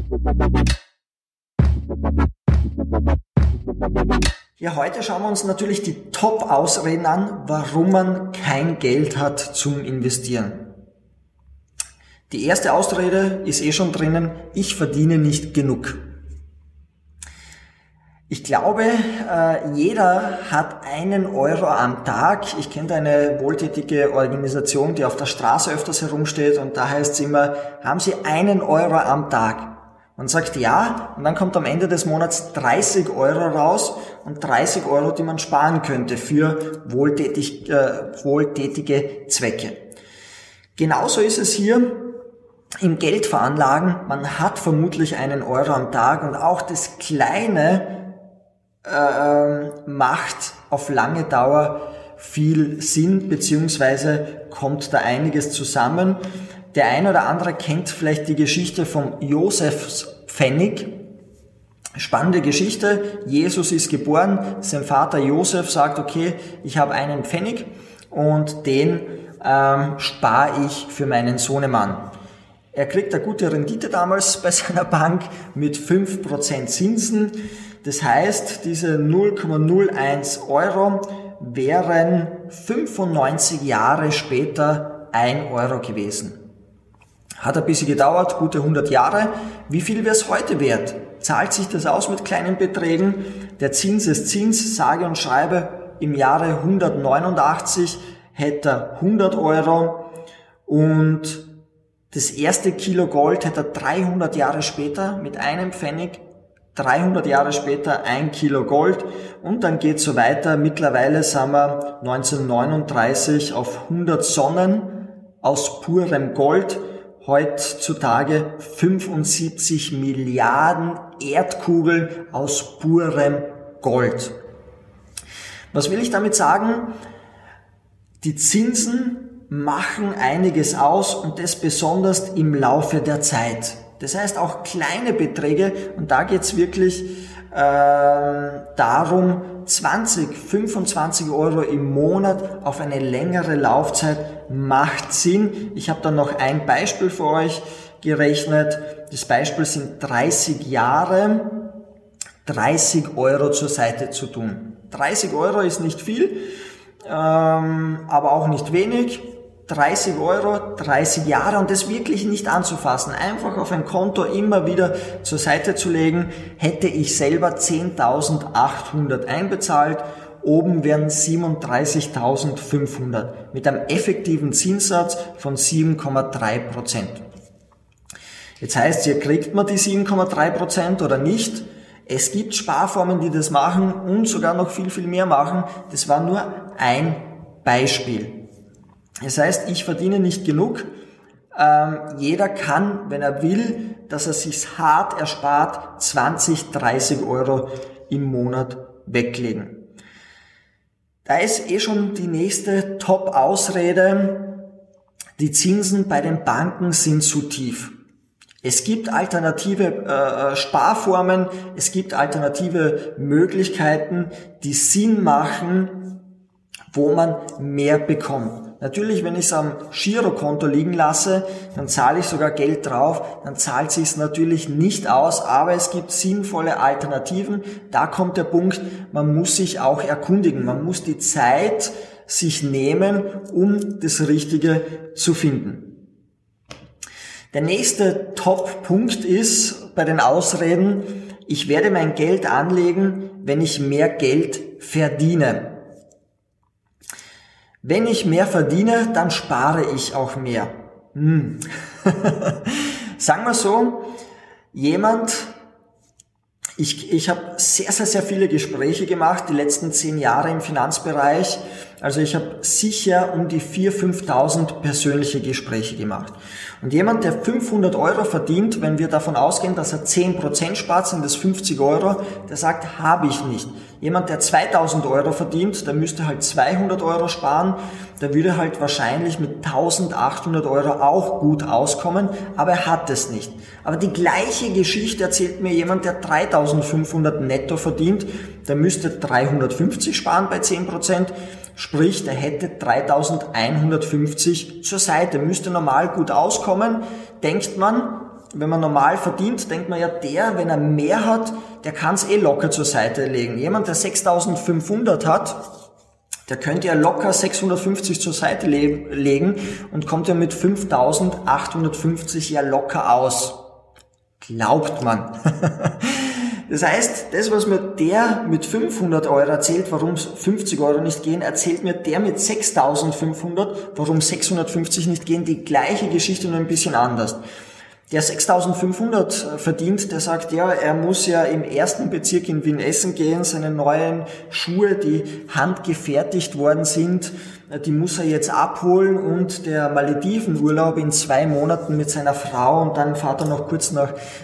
Ja, heute schauen wir uns natürlich die Top-Ausreden an, warum man kein Geld hat zum Investieren. Die erste Ausrede ist schon drinnen: ich verdiene nicht genug. Ich glaube, jeder hat 1 Euro am Tag. Ich kenne eine wohltätige Organisation, die auf der Straße öfters herumsteht, und da heißt es immer: haben Sie 1 Euro am Tag? Man sagt ja, und dann kommt am Ende des Monats 30 Euro raus, und 30 Euro, die man sparen könnte für wohltätige Zwecke. Genauso ist es hier im Geldveranlagen. Man hat vermutlich 1 Euro am Tag, und auch das Kleine macht auf lange Dauer viel Sinn, beziehungsweise kommt da einiges zusammen. Der ein oder andere kennt vielleicht die Geschichte vom Josefspfennig. Spannende Geschichte. Jesus ist geboren, sein Vater Josef sagt: okay, ich habe 1 Pfennig und den spare ich für meinen Sohnemann. Er kriegt eine gute Rendite damals bei seiner Bank mit 5% Zinsen. Das heißt, diese 0,01 Euro wären 95 Jahre später 1 Euro gewesen. Hat ein bisschen gedauert, gute 100 Jahre. Wie viel wäre es heute wert? Zahlt sich das aus mit kleinen Beträgen? Der Zins ist Zins, sage und schreibe, im Jahre 189 hätte er 100 Euro, und das erste Kilo Gold hätte er 300 Jahre später mit 1 Pfennig, 300 Jahre später 1 Kilo Gold, und dann geht es so weiter. Mittlerweile sind wir 1939 auf 100 Sonnen aus purem Gold. Heutzutage 75 Milliarden Erdkugeln aus purem Gold. Was will ich damit sagen? Die Zinsen machen einiges aus, und das besonders im Laufe der Zeit. Das heißt auch kleine Beträge, und da geht's wirklich darum, 20, 25 Euro im Monat auf eine längere Laufzeit macht Sinn. Ich habe dann noch ein Beispiel für euch gerechnet. Das Beispiel sind 30 Jahre, 30 Euro zur Seite zu tun. 30 Euro ist nicht viel, aber auch nicht wenig. 30 Euro, 30 Jahre, und das wirklich nicht anzufassen, einfach auf ein Konto immer wieder zur Seite zu legen. Hätte ich selber 10.800 einbezahlt, oben wären 37.500 mit einem effektiven Zinssatz von 7,3%. Jetzt heißt, hier kriegt man die 7,3% oder nicht. Es gibt Sparformen, die das machen und sogar noch viel, viel mehr machen. Das war nur ein Beispiel. Das heißt, ich verdiene nicht genug. Jeder kann, wenn er will, dass er sich hart erspart, 20, 30 Euro im Monat weglegen. Da ist schon die nächste Top-Ausrede: die Zinsen bei den Banken sind zu tief. Es gibt alternative Sparformen, es gibt alternative Möglichkeiten, die Sinn machen, wo man mehr bekommt. Natürlich, wenn ich es am Girokonto liegen lasse, dann zahle ich sogar Geld drauf, dann zahlt es sich natürlich nicht aus, aber es gibt sinnvolle Alternativen. Da kommt der Punkt, man muss sich auch erkundigen, man muss die Zeit sich nehmen, um das Richtige zu finden. Der nächste Top-Punkt ist bei den Ausreden: ich werde mein Geld anlegen, wenn ich mehr Geld verdiene. Wenn ich mehr verdiene, dann spare ich auch mehr. Sagen wir so, ich habe sehr, sehr, sehr viele Gespräche gemacht, die letzten 10 Jahre im Finanzbereich. Also ich habe sicher um die 4.000, 5.000 persönliche Gespräche gemacht. Und jemand, der 500 Euro verdient, wenn wir davon ausgehen, dass er 10% spart, sind das 50 Euro, der sagt, habe ich nicht. Jemand, der 2.000 Euro verdient, der müsste halt 200 Euro sparen, der würde halt wahrscheinlich mit 1.800 Euro auch gut auskommen, aber er hat es nicht. Aber die gleiche Geschichte erzählt mir jemand, der 3.500 netto verdient, der müsste 350 sparen bei 10%, sprich, der hätte 3.150 zur Seite, müsste normal gut auskommen, denkt man. wenn man normal verdient, denkt man ja, wenn er mehr hat, der kann es locker zur Seite legen. Jemand, der 6.500 hat, der könnte ja locker 650 zur Seite legen und kommt ja mit 5.850 ja locker aus. Glaubt man. Das heißt, das, was mir der mit 500 Euro erzählt, warum es 50 Euro nicht gehen, erzählt mir der mit 6.500, warum 650 nicht gehen, die gleiche Geschichte, nur ein bisschen anders. Der 6.500 verdient, der sagt, ja, er muss ja im ersten Bezirk in Wien essen gehen, seine neuen Schuhe, die handgefertigt worden sind, die muss er jetzt abholen und der Maledivenurlaub in 2 Monaten mit seiner Frau und dann fährt er noch kurz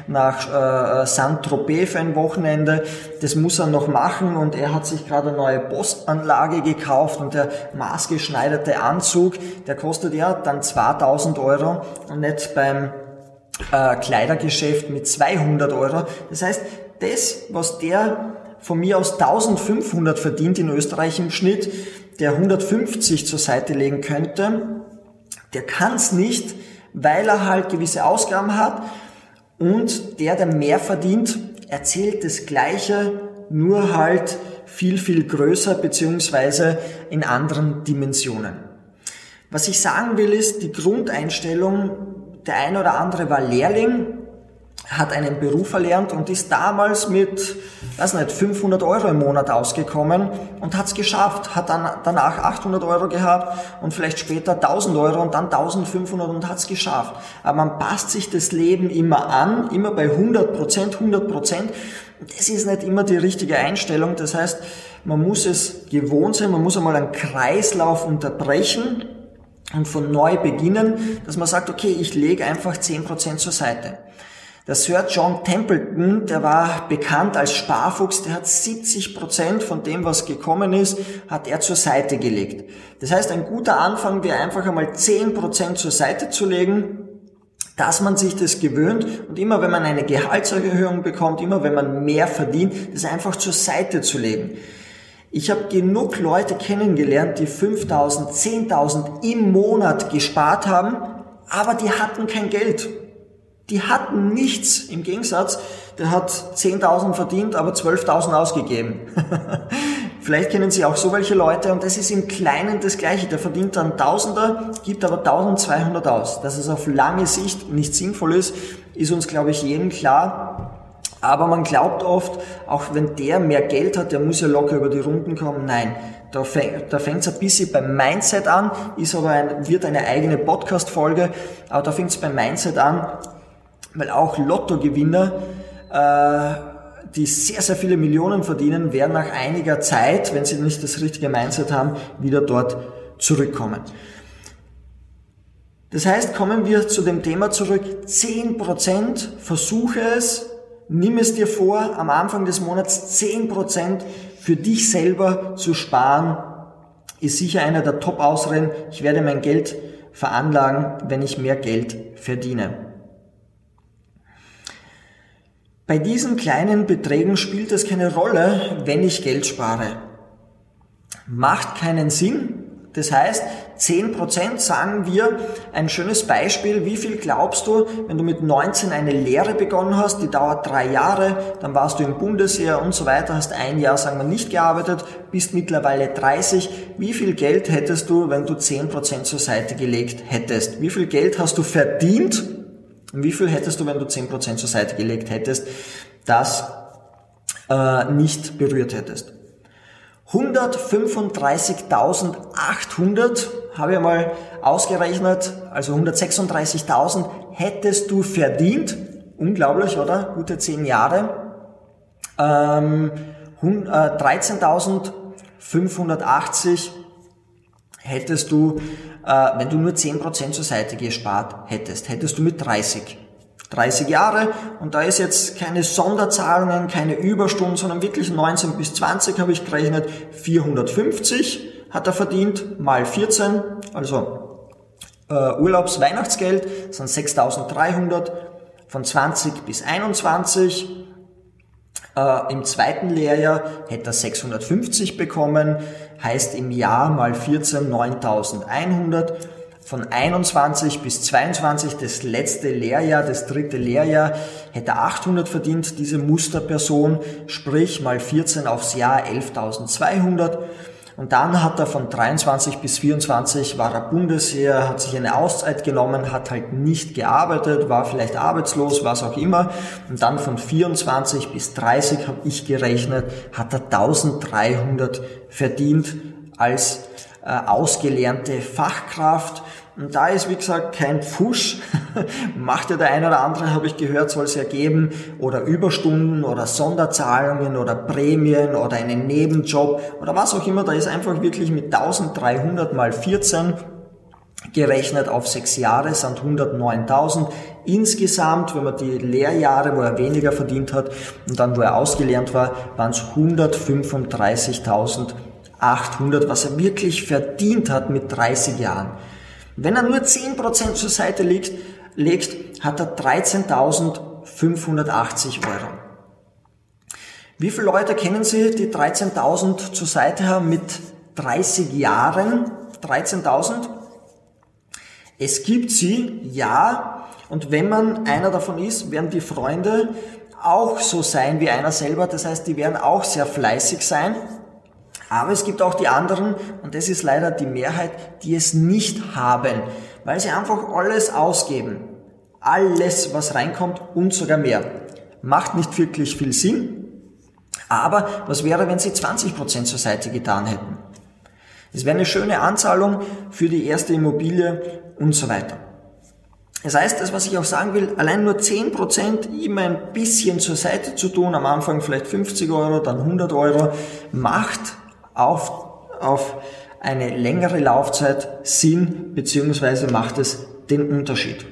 nach Saint-Tropez für ein Wochenende, das muss er noch machen und er hat sich gerade eine neue Boss-Anlage gekauft und der maßgeschneiderte Anzug, der kostet ja dann 2.000 Euro und nicht beim Kleidergeschäft mit 200 Euro. Das heißt, das, was der von mir aus 1.500 verdient in Österreich im Schnitt, der 150 zur Seite legen könnte, der kann es nicht, weil er halt gewisse Ausgaben hat und der mehr verdient, erzählt das Gleiche, nur halt viel, viel größer beziehungsweise in anderen Dimensionen. Was ich sagen will, ist die Grundeinstellung. Der eine oder andere war Lehrling, hat einen Beruf erlernt und ist damals mit, 500 Euro im Monat ausgekommen und hat es geschafft, hat dann danach 800 Euro gehabt und vielleicht später 1000 Euro und dann 1500 und hat es geschafft. Aber man passt sich das Leben immer an, immer bei 100%. Das ist nicht immer die richtige Einstellung. Das heißt, man muss es gewohnt sein, man muss einmal einen Kreislauf unterbrechen und von neu beginnen, dass man sagt, okay, ich lege einfach 10% zur Seite. Der Sir John Templeton, der war bekannt als Sparfuchs, der hat 70% von dem, was gekommen ist, hat er zur Seite gelegt. Das heißt, ein guter Anfang wäre einfach einmal 10% zur Seite zu legen, dass man sich das gewöhnt und immer wenn man eine Gehaltserhöhung bekommt, immer wenn man mehr verdient, das einfach zur Seite zu legen. Ich habe genug Leute kennengelernt, die 5.000, 10.000 im Monat gespart haben, aber die hatten kein Geld. Die hatten nichts. Im Gegensatz, der hat 10.000 verdient, aber 12.000 ausgegeben. Vielleicht kennen Sie auch so welche Leute und das ist im Kleinen das Gleiche. Der verdient dann Tausender, gibt aber 1.200 aus. Dass es auf lange Sicht nicht sinnvoll ist uns, glaube ich, jedem klar. Aber man glaubt oft, auch wenn der mehr Geld hat, der muss ja locker über die Runden kommen. Nein, da fängt es ein bisschen beim Mindset an, wird eine eigene Podcast-Folge, aber da fängt es beim Mindset an, weil auch Lottogewinner, die sehr, sehr viele Millionen verdienen, werden nach einiger Zeit, wenn sie nicht das richtige Mindset haben, wieder dort zurückkommen. Das heißt, kommen wir zu dem Thema zurück, 10%, versuche es, nimm es dir vor, am Anfang des Monats 10% für dich selber zu sparen, ist sicher einer der Top-Ausreden. Ich werde mein Geld veranlagen, wenn ich mehr Geld verdiene. Bei diesen kleinen Beträgen spielt es keine Rolle, wenn ich Geld spare. Macht keinen Sinn. Das heißt, 10% sagen wir, ein schönes Beispiel, wie viel glaubst du, wenn du mit 19 eine Lehre begonnen hast, die dauert 3 Jahre, dann warst du im Bundesheer und so weiter, hast 1 Jahr, sagen wir, nicht gearbeitet, bist mittlerweile 30, wie viel Geld hättest du, wenn du 10% zur Seite gelegt hättest? Wie viel Geld hast du verdient? Und wie viel hättest du, wenn du 10% zur Seite gelegt hättest, das nicht berührt hättest? 135.800 habe ich mal ausgerechnet, also 136.000 hättest du verdient. Unglaublich, oder? Gute 10 Jahre. 13.580 hättest du, wenn du nur 10% zur Seite gespart hättest du mit 30 Jahre und da ist jetzt keine Sonderzahlungen, keine Überstunden, sondern wirklich 19 bis 20 habe ich gerechnet, 450 hat er verdient, mal 14, also Urlaubs-Weihnachtsgeld sind 6.300, von 20 bis 21, im zweiten Lehrjahr hätte er 650 bekommen, heißt im Jahr mal 14 9.100, von 21 bis 22, das letzte Lehrjahr, das dritte Lehrjahr, hätte 800 verdient, diese Musterperson, sprich mal 14 aufs Jahr 11.200. Und dann hat er von 23 bis 24 war er Bundesheer, hat sich eine Auszeit genommen, hat halt nicht gearbeitet, war vielleicht arbeitslos, was auch immer. Und dann von 24 bis 30 habe ich gerechnet, hat er 1.300 verdient als ausgelernte Fachkraft. Und da ist, wie gesagt, kein Pfusch. Macht ja der eine oder andere, habe ich gehört, soll es ja geben. Oder Überstunden oder Sonderzahlungen oder Prämien oder einen Nebenjob oder was auch immer. Da ist einfach wirklich mit 1.300 mal 14 gerechnet auf 6 Jahre, sind 109.000. Insgesamt, wenn man die Lehrjahre, wo er weniger verdient hat und dann, wo er ausgelernt war, waren es 135.800, was er wirklich verdient hat mit 30 Jahren. Wenn er nur 10% zur Seite legt, hat er 13.580 Euro. Wie viele Leute kennen Sie, die 13.000 zur Seite haben mit 30 Jahren? 13.000? Es gibt sie, ja. Und wenn man einer davon ist, werden die Freunde auch so sein wie einer selber. Das heißt, die werden auch sehr fleißig sein. Aber es gibt auch die anderen, und das ist leider die Mehrheit, die es nicht haben, weil sie einfach alles ausgeben. Alles, was reinkommt und sogar mehr. Macht nicht wirklich viel Sinn, aber was wäre, wenn sie 20% zur Seite getan hätten? Es wäre eine schöne Anzahlung für die erste Immobilie und so weiter. Das heißt, das, was ich auch sagen will, allein nur 10% immer ein bisschen zur Seite zu tun, am Anfang vielleicht 50 Euro, dann 100 Euro, macht auf eine längere Laufzeit Sinn, beziehungsweise macht es den Unterschied.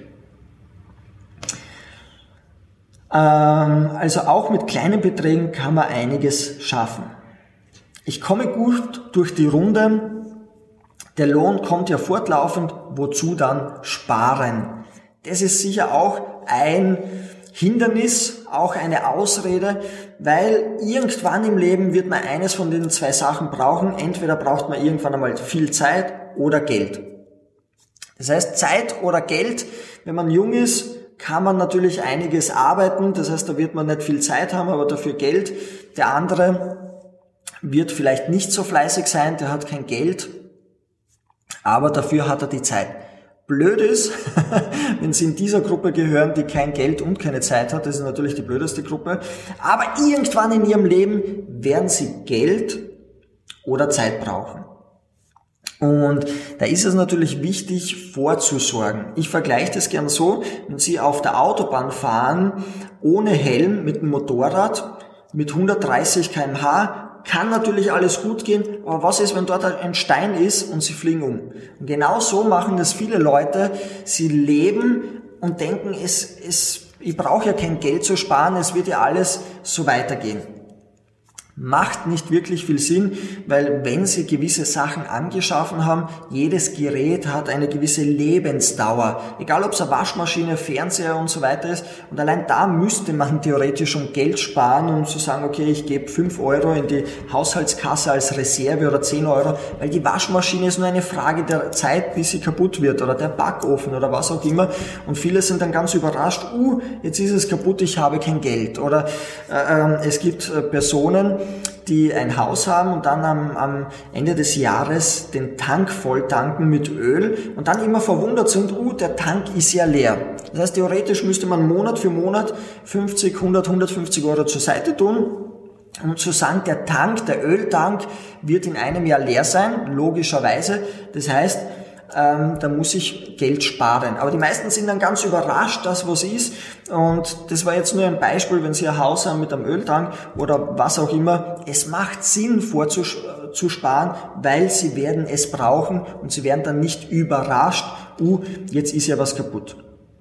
Also auch mit kleinen Beträgen kann man einiges schaffen. Ich komme gut durch die Runde. Der Lohn kommt ja fortlaufend, wozu dann sparen? Das ist sicher auch ein Hindernis, auch eine Ausrede, weil irgendwann im Leben wird man eines von den zwei Sachen brauchen. Entweder braucht man irgendwann einmal viel Zeit oder Geld. Das heißt, Zeit oder Geld, wenn man jung ist, kann man natürlich einiges arbeiten. Das heißt, da wird man nicht viel Zeit haben, aber dafür Geld. Der andere wird vielleicht nicht so fleißig sein, der hat kein Geld, aber dafür hat er die Zeit. Blöd ist, wenn Sie in dieser Gruppe gehören, die kein Geld und keine Zeit hat, das ist natürlich die blödeste Gruppe, aber irgendwann in Ihrem Leben werden Sie Geld oder Zeit brauchen. Und da ist es natürlich wichtig, vorzusorgen. Ich vergleiche das gern so, wenn Sie auf der Autobahn fahren, ohne Helm, mit dem Motorrad, mit 130 km/h, kann natürlich alles gut gehen, aber was ist, wenn dort ein Stein ist und sie fliegen um? Und genau so machen das viele Leute. Sie leben und denken, ich brauche ja kein Geld zu sparen, es wird ja alles so weitergehen. Macht nicht wirklich viel Sinn, weil wenn Sie gewisse Sachen angeschaffen haben, jedes Gerät hat eine gewisse Lebensdauer. Egal ob es eine Waschmaschine, Fernseher und so weiter ist. Und allein da müsste man theoretisch schon Geld sparen, um zu sagen, okay, ich gebe 5 Euro in die Haushaltskasse als Reserve oder 10 Euro, weil die Waschmaschine ist nur eine Frage der Zeit, bis sie kaputt wird oder der Backofen oder was auch immer. Und viele sind dann ganz überrascht, jetzt ist es kaputt, ich habe kein Geld. Oder es gibt Personen, die ein Haus haben und dann am Ende des Jahres den Tank voll tanken mit Öl und dann immer verwundert sind, der Tank ist ja leer. Das heißt, theoretisch müsste man Monat für Monat 50, 100, 150 Euro zur Seite tun, um zu sagen, der Öltank wird in einem Jahr leer sein, logischerweise. Das heißt, da muss ich Geld sparen. Aber die meisten sind dann ganz überrascht, dass was ist. Und das war jetzt nur ein Beispiel, wenn Sie ein Haus haben mit einem Öltank oder was auch immer. Es macht Sinn, vorzusparen, weil Sie werden es brauchen und Sie werden dann nicht überrascht, jetzt ist ja was kaputt.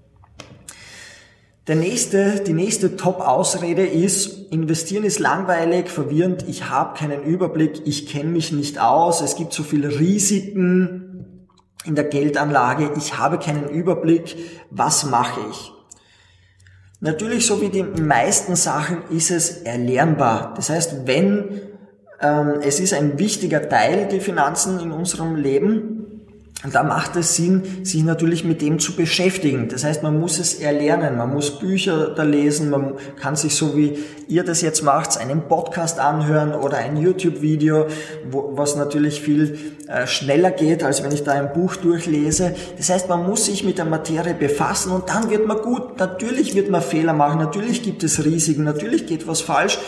Die nächste Top-Ausrede ist, investieren ist langweilig, verwirrend, ich habe keinen Überblick, ich kenne mich nicht aus, es gibt so viele Risiken in der Geldanlage, ich habe keinen Überblick, was mache ich? Natürlich, so wie die meisten Sachen, ist es erlernbar. Das heißt, es ist ein wichtiger Teil, die Finanzen in unserem Leben, Und da macht es Sinn, sich natürlich mit dem zu beschäftigen. Das heißt, man muss es erlernen, man muss Bücher da lesen, man kann sich, so wie ihr das jetzt macht, einen Podcast anhören oder ein YouTube-Video, was natürlich viel schneller geht, als wenn ich da ein Buch durchlese. Das heißt, man muss sich mit der Materie befassen und dann wird man gut. Natürlich wird man Fehler machen, natürlich gibt es Risiken, natürlich geht was falsch.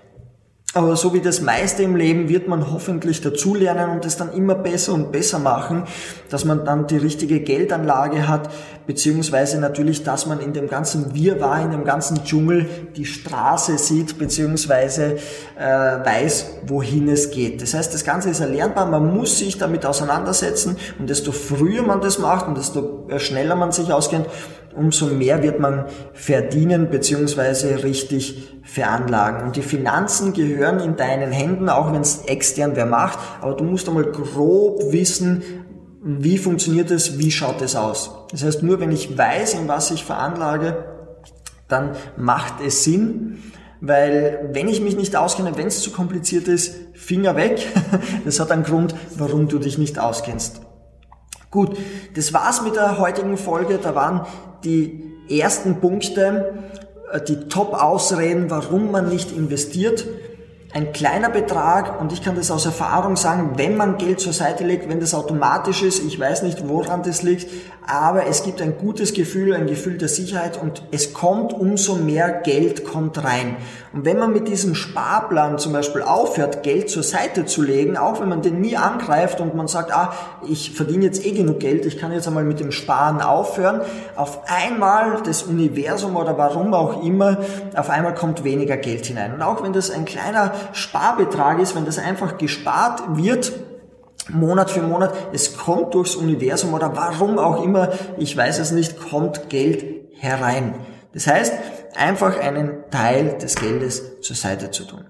Aber so wie das meiste im Leben wird man hoffentlich dazulernen und es dann immer besser und besser machen, dass man dann die richtige Geldanlage hat, beziehungsweise natürlich, dass man in dem ganzen Wirrwarr, in dem ganzen Dschungel die Straße sieht, beziehungsweise weiß, wohin es geht. Das heißt, das Ganze ist erlernbar, man muss sich damit auseinandersetzen und desto früher man das macht und desto schneller man sich auskennt, umso mehr wird man verdienen bzw. richtig veranlagen. Und die Finanzen gehören in deinen Händen, auch wenn es extern wer macht, aber du musst einmal grob wissen, wie funktioniert es, wie schaut es aus. Das heißt, nur wenn ich weiß, in was ich veranlage, dann macht es Sinn, weil wenn ich mich nicht auskenne, wenn es zu kompliziert ist, Finger weg. Das hat einen Grund, warum du dich nicht auskennst. Gut, das war's mit der heutigen Folge. Da waren die ersten Punkte, die Top-Ausreden, warum man nicht investiert. Ein kleiner Betrag, und ich kann das aus Erfahrung sagen, wenn man Geld zur Seite legt, wenn das automatisch ist, ich weiß nicht, woran das liegt, aber es gibt ein gutes Gefühl, ein Gefühl der Sicherheit und es kommt, umso mehr Geld kommt rein. Und wenn man mit diesem Sparplan zum Beispiel aufhört, Geld zur Seite zu legen, auch wenn man den nie angreift und man sagt, ich verdiene jetzt genug Geld, ich kann jetzt einmal mit dem Sparen aufhören, auf einmal das Universum oder warum auch immer, auf einmal kommt weniger Geld hinein. Und auch wenn das ein kleiner Sparbetrag ist, wenn das einfach gespart wird, Monat für Monat, es kommt durchs Universum oder warum auch immer, ich weiß es nicht, kommt Geld herein. Das heißt, einfach einen Teil des Geldes zur Seite zu tun.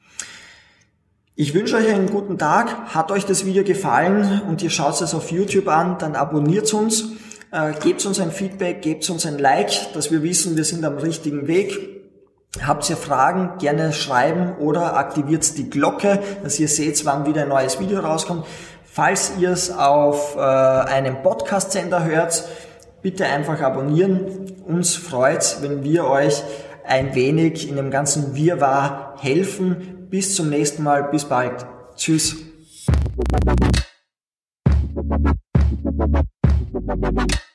Ich wünsche euch einen guten Tag. Hat euch das Video gefallen und ihr schaut es auf YouTube an, dann abonniert uns, gebt uns ein Feedback, gebt uns ein Like, dass wir wissen, wir sind am richtigen Weg. Habt ihr Fragen, gerne schreiben oder aktiviert die Glocke, dass ihr seht, wann wieder ein neues Video rauskommt. Falls ihr es auf einem Podcast-Sender hört, bitte einfach abonnieren. Uns freut's, wenn wir euch ein wenig in dem ganzen Wirrwarr helfen. Bis zum nächsten Mal, bis bald. Tschüss.